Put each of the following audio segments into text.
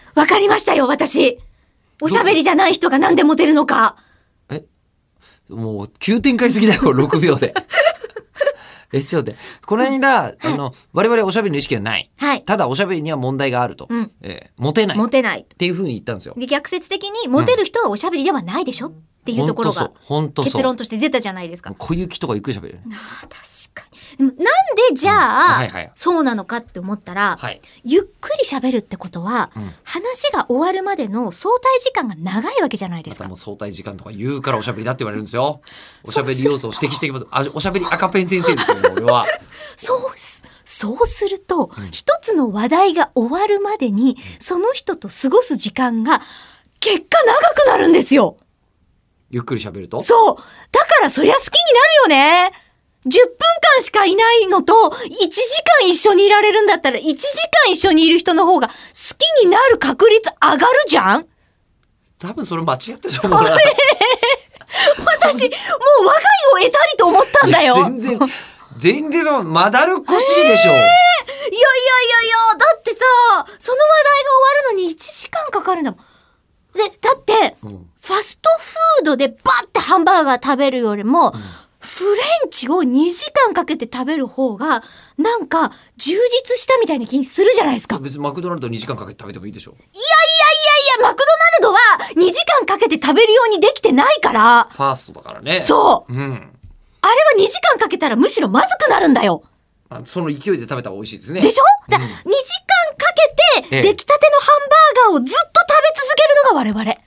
わかりましたよ、私。おしゃべりじゃない人がなんでモテるのか。 もう急展開すぎだよ6秒でちょっと待って、この間我々おしゃべりの意識がない、 はい、 ただおしゃべりには問題があると、モテないっていうふうに言ったんですよ。 で逆説的にモテる人はおしゃべりではないでしょっていうところが結論として出たじゃないですか。 小雪とかゆっくりしゃべるよね。 確かに。でもなんでじゃあ、そうなのかって思ったら、ゆっくりしゃべるってことは、話が終わるまでの相対時間が長いわけじゃないですか。 またもう相対時間とか言うからおしゃべりだって言われるんですよ。おしゃべり要素を指摘してきます。おしゃべり赤ペン先生ですよね、俺は。 そうすると、一つの話題が終わるまでにその人と過ごす時間が結果長くなるんですよ。 ゆっくり喋ると。 そう。だからそりゃ好きになるよね。10分間しかいないのと、1時間一緒にいられるんだったら、1時間一緒にいる人の方が好きになる確率上がるじゃん。 多分それ間違ってると思うな。 私、もう我が家を得たりと思ったんだよ。 全然まだるっこしいでしょ。いや、 だってさ、その話題が終わるのに1時間かかるんだもん。で、だって、ファストフードでバッてハンバーガー食べるよりも、フレンチを2時間かけて食べる方が、なんか、充実したみたいな気するじゃないですか。 別にマクドナルド2時間かけて食べてもいいでしょ。 マクドナルドは2時間かけて食べるようにできてないから。 ファーストだからね。 そう。あれは2時間かけたらむしろまずくなるんだよ。 その勢いで食べた方が美味しいですね。 でしょ？2時間かけて、出来たてのハンバーガーをずっと食べ続けるのが我々。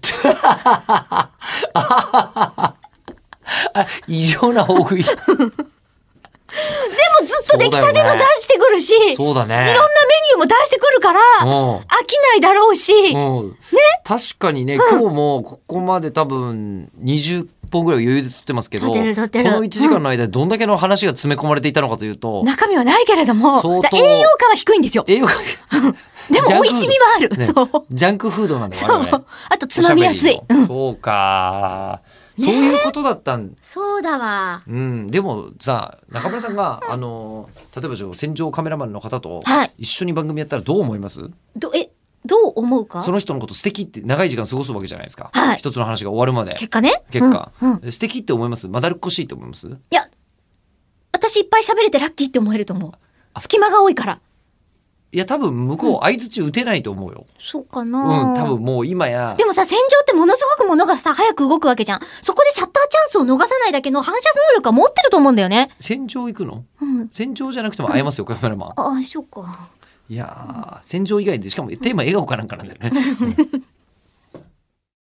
異常な大食い。でもずっと出来たての出してくるし、 そうだね。 いろんなメニューも出してくるから、飽きないだろうし、ね。 確かにね、今日もここまで多分20本ぐらい余裕で撮ってますけど、この1時間の間でどんだけの話が詰め込まれていたのかというと、 中身はないけれども、栄養価は低いんですよ。栄養価でも美味しみはある。そうジャンクフードなんだよね。 あとつまみやすい。 そうか。そういうことだったん。 そうだわ。 でもさ、中村さんが例えば戦場カメラマンの方と一緒に番組やったらどう思います？ どう思うか？ その人のこと素敵って長い時間過ごすわけじゃないですか。一つの話が終わるまで。 結果ね。 素敵って思います？まだるっこしいって思います？ いや、私いっぱい喋れてラッキーって思えると思う。隙間が多いから。 いや多分向こう相槌打てないと思うよ。 そうかな。 多分もう今や。 でもさ、戦場ってものすごく物がさ早く動くわけじゃん。そこでシャッターチャンスを逃さないだけの反射能力は持ってると思うんだよね。 戦場行くの？戦場じゃなくても会えますよ、カメラマン。 そうか。 いや戦場以外でしかもテーマ笑顔かなんかなんだよね。